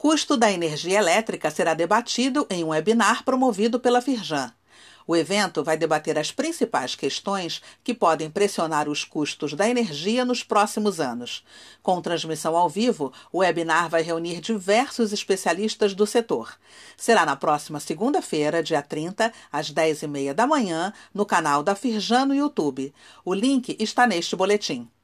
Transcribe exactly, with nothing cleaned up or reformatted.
Custo da energia elétrica será debatido em um webinar promovido pela Firjan. O evento vai debater as principais questões que podem pressionar os custos da energia nos próximos anos. Com transmissão ao vivo, o webinar vai reunir diversos especialistas do setor. Será na próxima segunda-feira, dia trinta, às dez e meia da manhã, no canal da Firjan no YouTube. O link está neste boletim.